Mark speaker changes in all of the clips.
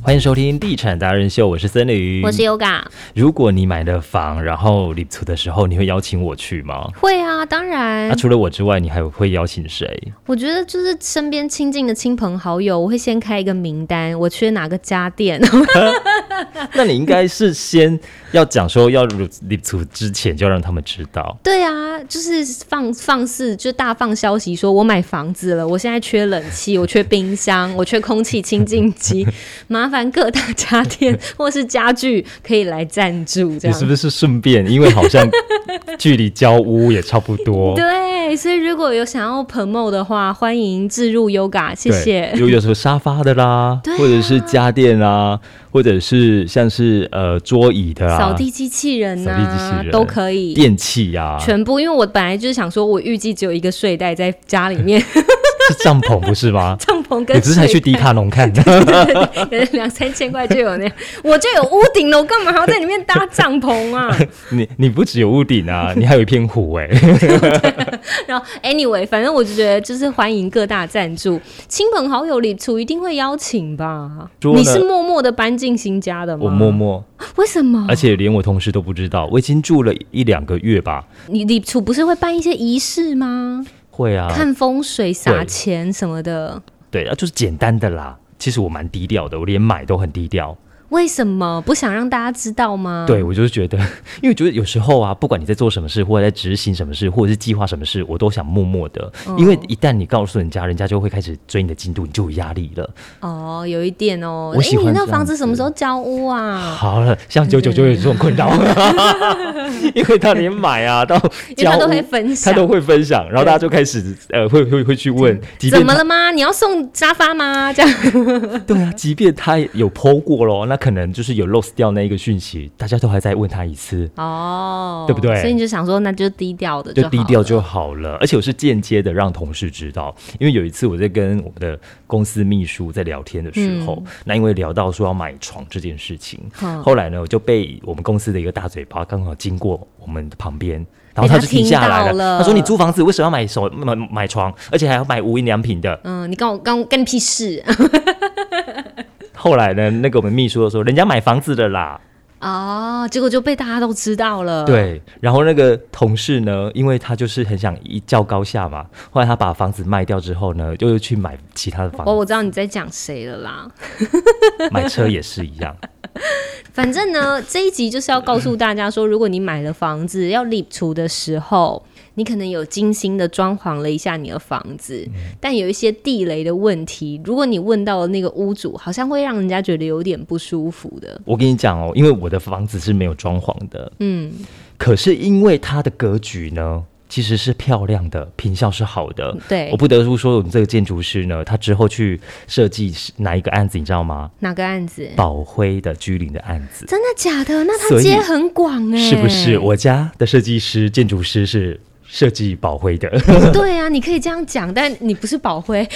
Speaker 1: 欢迎收听地产达人秀，我是森林，
Speaker 2: 我是 Yoga。
Speaker 1: 如果你买了房，然后入厝的时候，你会邀请我去吗？
Speaker 2: 会啊，当然。
Speaker 1: 除了我之外，你还会邀请谁？
Speaker 2: 我觉得就是身边亲近的亲朋好友，我会先开一个名单，我缺哪个家电。
Speaker 1: 那你应该是先要讲说要入厝之前就让他们知道。
Speaker 2: 对啊，就是放肆，就大放消息说我买房子了，我现在缺冷气，我缺冰箱，我缺空气清净机，麻烦各大家电或是家具可以来赞助。这样
Speaker 1: 你是不是顺便？因为好像距离交屋也差不多。
Speaker 2: 对，所以如果有想要 promote 的话，欢迎置入 Yoga， 谢谢。
Speaker 1: 有什么沙发的啦，或者是家电啊，或者是像是桌椅的啊，
Speaker 2: 扫地机器人啊，都可以，
Speaker 1: 电器啊，全
Speaker 2: 部。因为我本来就是想说，我预计只有一个睡袋在家里面。
Speaker 1: 是帐篷不是吗？
Speaker 2: 帐篷跟
Speaker 1: 你不是还去迪卡侬看？
Speaker 2: 对，2-3千块就有那样，我就有屋顶了，我干嘛还要在里面搭帐篷啊？
Speaker 1: 你不只有屋顶啊，你还有一片湖哎。
Speaker 2: 然后 anyway， 反正我就觉得就是欢迎各大赞助，亲朋好友里处一定会邀请吧。你是默默的搬进新家的吗？
Speaker 1: 我默默。
Speaker 2: 为什么？
Speaker 1: 而且连我同事都不知道，我已经住了1-2个月吧。
Speaker 2: 你里处不是会办一些仪式吗？
Speaker 1: 会啊，
Speaker 2: 看风水、撒钱什么的。
Speaker 1: 对啊，就是简单的啦。其实我蛮低调的，我连买都很低调。
Speaker 2: 为什么不想让大家知道吗？
Speaker 1: 对，我就是觉得，因为觉得有时候啊，不管你在做什么事，或者在执行什么事，或者是计划什么事，我都想默默的，因为一旦你告诉人家就会开始追你的进度，你就有压力了。
Speaker 2: 哦，有一点哦。
Speaker 1: 我喜欢
Speaker 2: 你那房子什么时候交屋啊？
Speaker 1: 好了，像999就有这种困扰，因为他连买啊到交屋，
Speaker 2: 他都会分享，
Speaker 1: 然后大家就开始会去问，
Speaker 2: 怎么了吗？你要送沙发吗？这样。
Speaker 1: 对啊，即便他有 po 过咯，那可能就是有 lost 掉那一个讯息，大家都还在问他一次
Speaker 2: 哦，
Speaker 1: 对不对？
Speaker 2: 所以你就想说，那就低调的
Speaker 1: 就低调就好了。而且我是间接的让同事知道，因为有一次我在跟我们的公司秘书在聊天的时候，那因为聊到说要买床这件事情，后来呢我就被我们公司的一个大嘴巴刚好经过我们的旁边。然后他就停下来了，他说：“你租房子为什么要买床，而且还要买无印良品的？”
Speaker 2: 你跟你屁事！
Speaker 1: 后来呢，那个我们秘书就说：“人家买房子的啦。”
Speaker 2: 哦，结果就被大家都知道了。
Speaker 1: 对，然后那个同事呢，因为他就是很想一较高下嘛，后来他把房子卖掉之后呢，又去买其他的房子。
Speaker 2: 我知道你在讲谁了啦。
Speaker 1: 买车也是一样。
Speaker 2: 反正呢，这一集就是要告诉大家说，如果你买了房子要入厝的时候，你可能有精心的装潢了一下你的房子，但有一些地雷的问题，如果你问到了那个屋主，好像会让人家觉得有点不舒服的。
Speaker 1: 我跟你讲哦，因为我的房子是没有装潢的，可是因为它的格局呢，其实是漂亮的，品效是好的。
Speaker 2: 对，
Speaker 1: 我不得不说，我们这个建筑师呢，他之后去设计哪一个案子，你知道吗？
Speaker 2: 哪个案子？
Speaker 1: 宝辉的居林的案子。
Speaker 2: 真的假的？那他接很广哎，
Speaker 1: 是不是？我家的设计师、建筑师是设计宝辉的。
Speaker 2: 对啊，你可以这样讲，但你不是宝辉。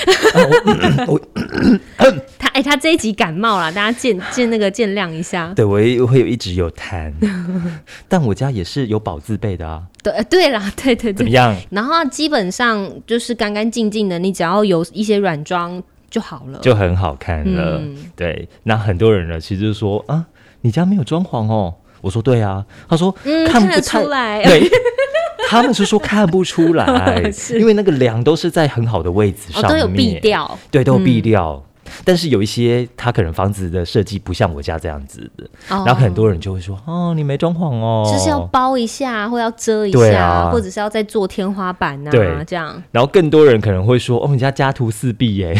Speaker 2: 他这一集感冒了，大家见谅一下。
Speaker 1: 对，我会一直有痰，但我家也是有宝字辈的啊。
Speaker 2: 对啦，对，
Speaker 1: 怎么样？
Speaker 2: 然后基本上就是干干净净的，你只要有一些软装就好了，
Speaker 1: 就很好看了。对，那很多人呢，其实就说啊，你家没有装潢哦。我说对啊，他说
Speaker 2: 看得出来。
Speaker 1: 对。他们是说看不出来，因为那个梁都是在很好的位置上面，
Speaker 2: 都有避掉，
Speaker 1: 对，都有避掉。但是有一些他可能房子的设计不像我家这样子的，然后很多人就会说：“哦，你没装潢哦，
Speaker 2: 就是要包一下，或要遮一下，或者是要再做天花板啊，
Speaker 1: 对，
Speaker 2: 这样。”
Speaker 1: 然后更多人可能会说：“哦，你家徒四壁耶。”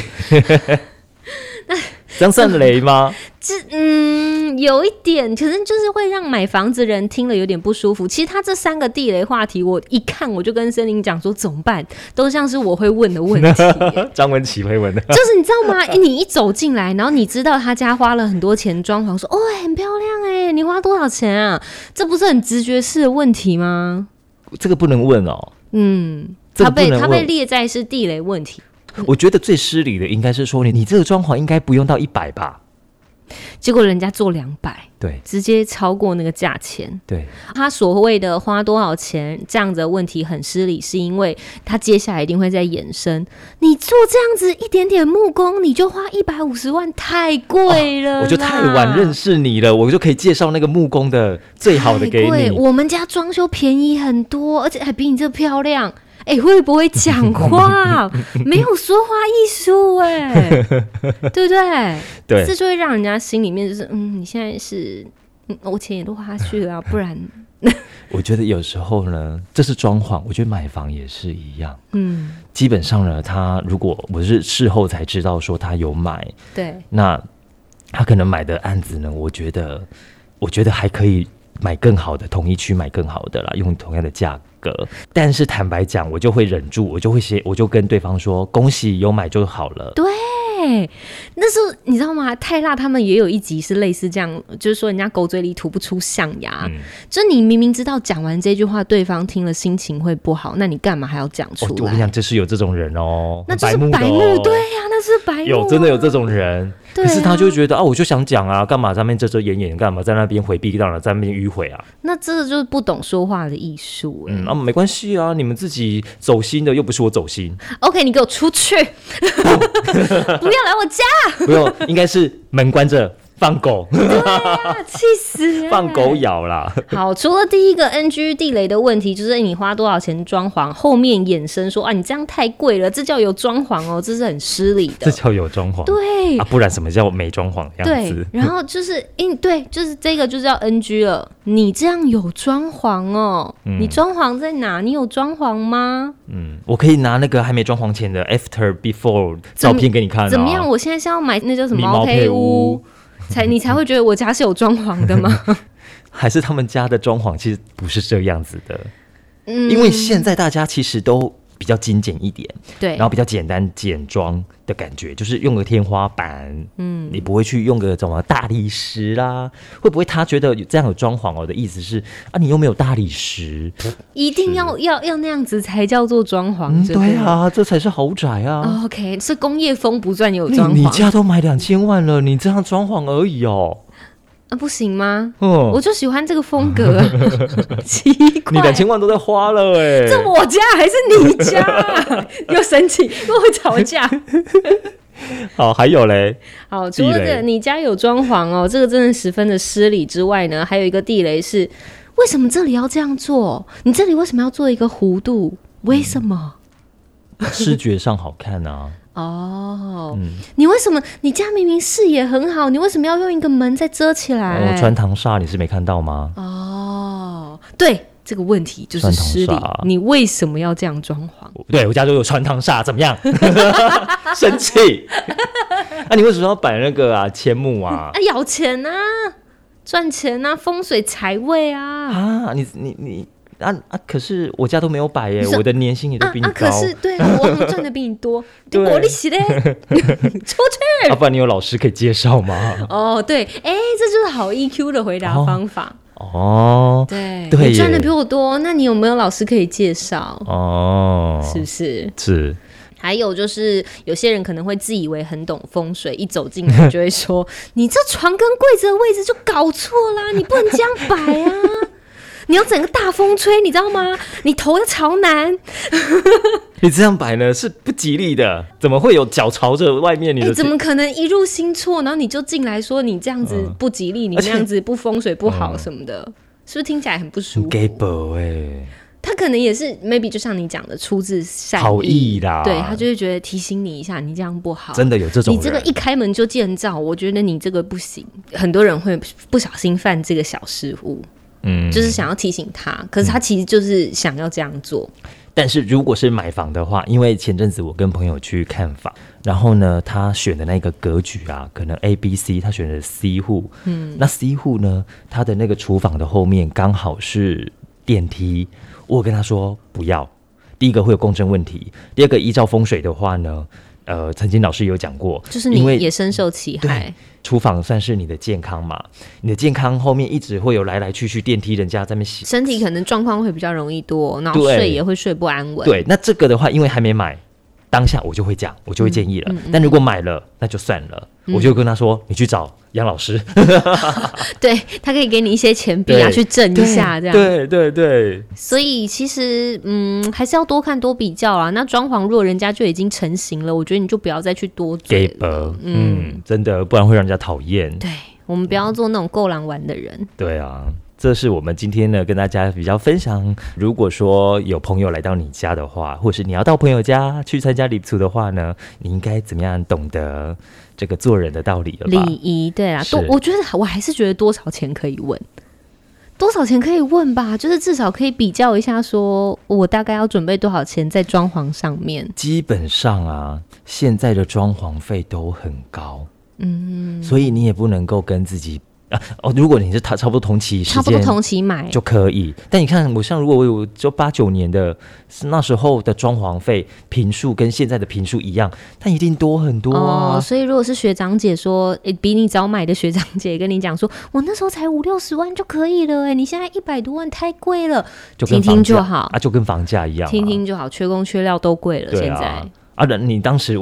Speaker 1: 这样算雷吗？
Speaker 2: 有一点，可能就是会让买房子人听了有点不舒服。其实他这3个地雷话题，我一看我就跟森林讲说怎么办，都像是我会问的问题。
Speaker 1: 张文琪会问的，
Speaker 2: 就是你知道吗？你一走进来，然后你知道他家花了很多钱装潢，说哦很漂亮哎，你花多少钱啊？这不是很直觉式的问题吗？
Speaker 1: 这个不能问哦。
Speaker 2: 他被列在是地雷问题。
Speaker 1: 我觉得最失礼的应该是说你这个装潢应该不用到100吧。
Speaker 2: 结果人家做200，
Speaker 1: 对，
Speaker 2: 直接超过那个价钱。
Speaker 1: 对，
Speaker 2: 他所谓的花多少钱这样子的问题很失礼，是因为他接下来一定会再衍生，你做这样子一点点木工你就花150万，太贵了啦，
Speaker 1: 我就太晚认识你了，我就可以介绍那个木工的最好的给你。
Speaker 2: 我们家装修便宜很多，而且还比你这漂亮。会不会讲话？没有说话艺术对不对？
Speaker 1: 对，
Speaker 2: 这就会让人家心里面就是你现在是我钱也都花下去了不然
Speaker 1: 我觉得有时候呢，这是装潢，我觉得买房也是一样。基本上呢，他如果我是事后才知道说他有买，
Speaker 2: 对，
Speaker 1: 那他可能买的案子呢，我觉得还可以买更好的，同一区买更好的啦，用同样的价格。但是坦白讲，我就会忍住，我就跟对方说，恭喜有买就好了。
Speaker 2: 对，那时候你知道吗？泰辣他们也有一集是类似这样，就是说人家狗嘴里吐不出象牙，就你明明知道讲完这句话对方听了心情会不好，那你干嘛还要讲出来？
Speaker 1: 我跟你讲，就是有这种人
Speaker 2: 那就是白目对呀，那是白目
Speaker 1: 真的有这种人。可是他就会觉得我就想讲啊，干嘛在那边遮遮掩掩，干嘛在那边回避，干嘛在那边迂回啊？那
Speaker 2: 这个就是不懂说话的艺术。
Speaker 1: 没关系啊，你们自己走心的，又不是我走心。
Speaker 2: OK， 你给我出去，不要来我家。
Speaker 1: 不用，应该是门关着。放狗，
Speaker 2: 气死！
Speaker 1: 放狗咬啦。
Speaker 2: 好，除了第一个 NG 地雷的问题，就是你花多少钱装潢，后面衍生说你这样太贵了，这叫有装潢哦，这是很失礼的。
Speaker 1: 这叫有装潢，
Speaker 2: 对
Speaker 1: 不然什么叫没装潢的样子？
Speaker 2: 对，然后就是对，就是这个就是要 NG 了。你这样有装潢哦？你装潢在哪？你有装潢吗？
Speaker 1: 我可以拿那个还没装潢前的 after before 照片给你看。
Speaker 2: 怎么样？我现在是要买那叫什么毛坯屋？你才会觉得我家是有装潢的吗？
Speaker 1: 还是他们家的装潢其实不是这样子的？因为现在大家其实都比较精简一点，对，然后比较简单简装的感觉，就是用个天花板，你不会去用个什么大理石啦。会不会他觉得这样有装潢的意思是你又没有大理石，
Speaker 2: 一定要那样子才叫做装潢？
Speaker 1: 对啊，这才是豪宅啊。
Speaker 2: OK， 是工业风不算有装潢，
Speaker 1: 你家都买2000万了，你这样装潢而已哦。
Speaker 2: 不行吗？我就喜欢这个风格啊。奇怪，
Speaker 1: 你2000万都在花了
Speaker 2: 这我家还是你家？又生气又会吵架。
Speaker 1: 好，还有嘞。
Speaker 2: 好，除了这个你家有装潢这个真的十分的失礼之外呢，还有一个地雷是，为什么这里要这样做？你这里为什么要做一个弧度？为什么？
Speaker 1: 视觉上好看啊。
Speaker 2: 你为什么？你家明明视野很好，你为什么要用一个门再遮起来？
Speaker 1: 穿堂煞你是没看到吗？
Speaker 2: 对，这个问题就是失礼。你为什么要这样装潢？
Speaker 1: 对，我家就有穿堂煞，怎么样？生气？你为什么要摆那个千木啊？
Speaker 2: 咬钱啊，赚钱啊，风水财位啊！
Speaker 1: 你。可是我家都没有摆耶，我的年薪也都比你高。
Speaker 2: 可是对我赚的比你多，你果利息嘞，出去！
Speaker 1: 不然你有老师可以介绍吗？
Speaker 2: 对，这就是好 EQ 的回答方法。对，
Speaker 1: 你
Speaker 2: 赚的比我多，那你有没有老师可以介绍？是不是？
Speaker 1: 是。
Speaker 2: 还有就是有些人可能会自以为很懂风水，一走进来就会说你这床跟柜子的位置就搞错啦，你不能这样摆啊。你要整个大风吹，你知道吗？你头要朝南。
Speaker 1: 你这样摆呢是不吉利的，怎么会有脚朝着外面？
Speaker 2: 怎么可能一入心错，然后你就进来说你这样子不吉利，你那样子不风水不好什么的，是不是听起来很不舒服？他可能也是 maybe 就像你讲的出自善意
Speaker 1: 好意啦，
Speaker 2: 对，他就会觉得提醒你一下，你这样不好，
Speaker 1: 真的有这种人，
Speaker 2: 你这个一开门就见照，我觉得你这个不行。很多人会不小心犯这个小失误。就是想要提醒他，可是他其实就是想要这样做。
Speaker 1: 但是如果是买房的话，因为前阵子我跟朋友去看房，然后呢，他选的那个格局可能 A、B、C， 他选的 C 户，那 C 户呢，他的那个厨房的后面刚好是电梯，我跟他说不要，第一个会有共振问题，第二个依照风水的话呢，曾经老师有讲过，
Speaker 2: 就是你也深受其害。
Speaker 1: 厨房算是你的健康嘛，你的健康后面一直会有来来去去电梯，人家在那边洗，
Speaker 2: 身体可能状况会比较容易多，然后睡也会睡不安稳。
Speaker 1: 对，那这个的话，因为还没买， 当下我就会讲，我就会建议了。但如果买了，那就算了，我就跟他说，你去找杨老师，
Speaker 2: 对，他可以给你一些钱币去挣一下，这样。
Speaker 1: 对对对。
Speaker 2: 所以其实还是要多看多比较啦。那装潢如果人家就已经成型了，我觉得你就不要再去多嘴了。
Speaker 1: 真的，不然会让人家讨厌。
Speaker 2: 对，我们不要做那种够狼玩的人。
Speaker 1: 对啊。这是我们今天呢跟大家比较分享，如果说有朋友来到你家的话，或是你要到朋友家去参加礼俗的话呢，你应该怎么样懂得这个做人的道理了吧？礼仪，
Speaker 2: 对啊，我觉得我还是觉得多少钱可以问，多少钱可以问吧，就是至少可以比较一下说我大概要准备多少钱在装潢上面。基
Speaker 1: 本上啊，现在的装潢费都很高，所以你也不能够跟自己如果你是差不多同期时间，差不多同期买就可以。但你看，如果我有就8、9年的，那时候的装潢费坪数跟现在的坪数一样，但一定多很多啊。所以如果是学长姐说，比你早买的学长姐跟你讲说，我那时候才50、60万就可以了，你现在100多万太贵了，就听听就好就跟房价一样，听听就好，缺工缺料都贵了，现在。你当时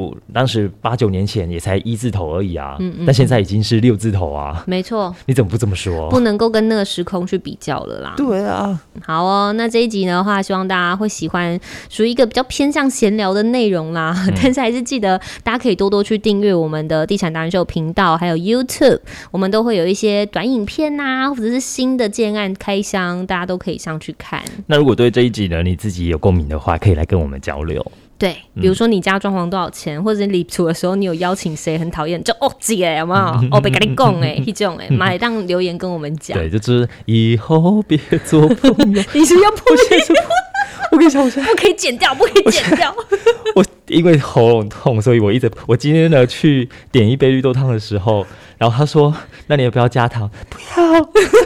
Speaker 1: 8、9年前也才1字头而已啊，但现在已经是6字头啊。没错，你怎么不这么说？不能够跟那个时空去比较了啦。对啊。好哦，那这一集的话，希望大家会喜欢，属于一个比较偏向闲聊的内容啦。但是还是记得大家可以多多去订阅我们的地产达人秀频道，还有 YouTube， 我们都会有一些短影片或者是新的建案开箱，大家都可以上去看。那如果对这一集呢，你自己有共鸣的话，可以来跟我们交流。对，比如说你家装潢多少钱，或者礼俗的时候你有邀请谁很讨厌，就姐有没有？别跟你讲那种马上留言跟我们讲。对，就是以后别做朋友。你是要破例？我跟你讲，不可以剪掉，不可以剪掉。我因为喉咙痛，所以我今天呢去点一杯绿豆汤的时候，然后他说：“那你也不要加糖。”不要。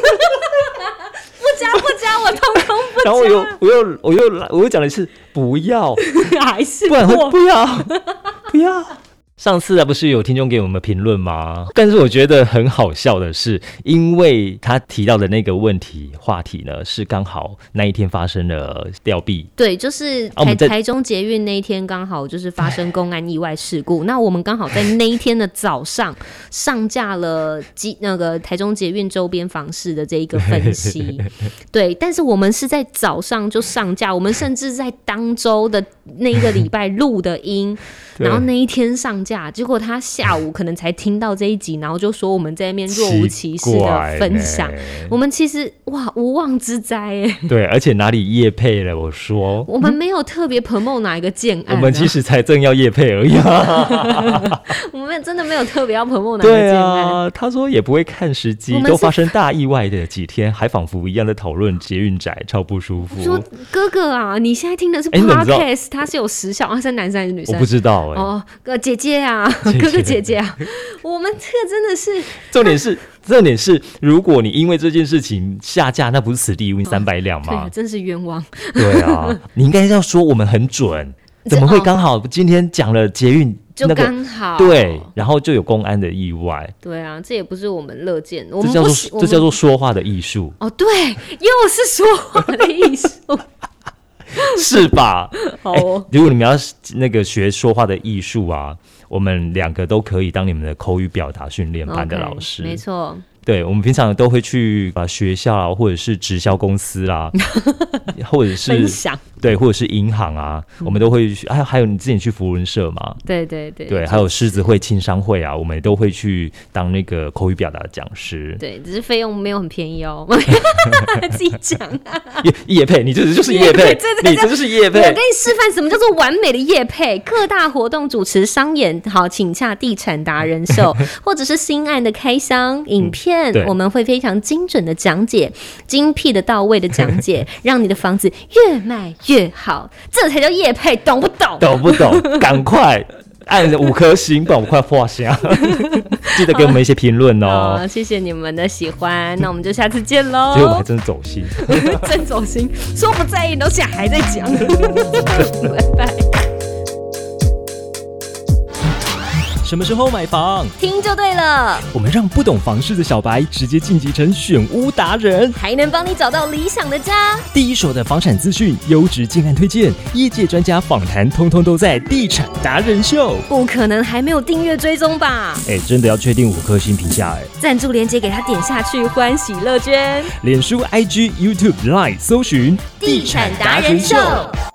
Speaker 1: 不加，我通通不加。然后我又讲了一次不要，还是不然会不要。上次不是有听众给我们评论吗？但是我觉得很好笑的是，因为他提到的那个话题呢，是刚好那一天发生了吊臂。对，就是台中捷运那一天刚好就是发生公安意外事故。那我们刚好在那一天的早上上架了那个台中捷运周边房市的这一个分析。对，但是我们是在早上就上架，我们甚至在当周的那一个礼拜录的音，然后那一天上架。结果他下午可能才听到这一集，然后就说我们在那边若无其事的分享，我们其实无妄之灾对，而且哪里业配了？我说我们没有特别 promote 哪一个建案，我们其实才正要业配而已我们真的没有特别要 promote 哪一个建案。对啊，他说也不会看时机，都发生大意外的几天，还仿佛一样的讨论捷运宅，超不舒服。说哥哥啊，你现在听的是 podcast，他是有时效，他是男生还是女生？我不知道姐姐啊，哥哥姐姐啊，我们这个真的是重点是，如果你因为这件事情下架，那不是此地无银300两吗？对，真是冤枉。对啊，你应该要说我们很准，怎么会刚好今天讲了捷运就刚好对，然后就有公安的意外。对啊，这也不是我们乐见，这叫做说话的艺术。对，又是说话的艺术。是吧？好如果你们要那个学说话的艺术啊，我们2个都可以当你们的口语表达训练班的老师。没错。对，我们平常都会去学校或者是直销公司啦或者是分享，对，或者是银行啊，我们都会去。还有你之前去福伦社嘛？对对对对，还有狮子会、青商会啊，我们都会去当那个口语表达的讲师。对，只是费用没有很便宜哦自己讲业配，你这就是业配，你这就是业配。我给你示范什么叫做完美的业配。各大活动主持商演，好，请洽地产达人秀或者是新案的开箱影片我们会非常精准的讲解，精辟的到位的讲解让你的房子越卖越好，这才叫业配，懂不懂？懂不懂？赶快按5颗星帮我快画下记得给我们一些评论哦。谢谢你们的喜欢，那我们就下次见咯。结果我还真走心真走心，说不在意，都现在还在讲拜拜。 什么时候买房？
Speaker 2: 听就对了，
Speaker 1: 我们让不懂房市的小白直接晋级成选屋达人，
Speaker 2: 还能帮你找到理想的家。
Speaker 1: 第一手的房产资讯、优质建案推荐、业界专家访谈，通通都在地产达人秀。
Speaker 2: 不可能还没有订阅追踪吧？
Speaker 1: 真的要确定5颗星评价
Speaker 2: 赞助连结给他点下去，欢喜乐捐。
Speaker 1: 脸书、IG、YouTube、Line 搜寻
Speaker 2: 地产达人秀。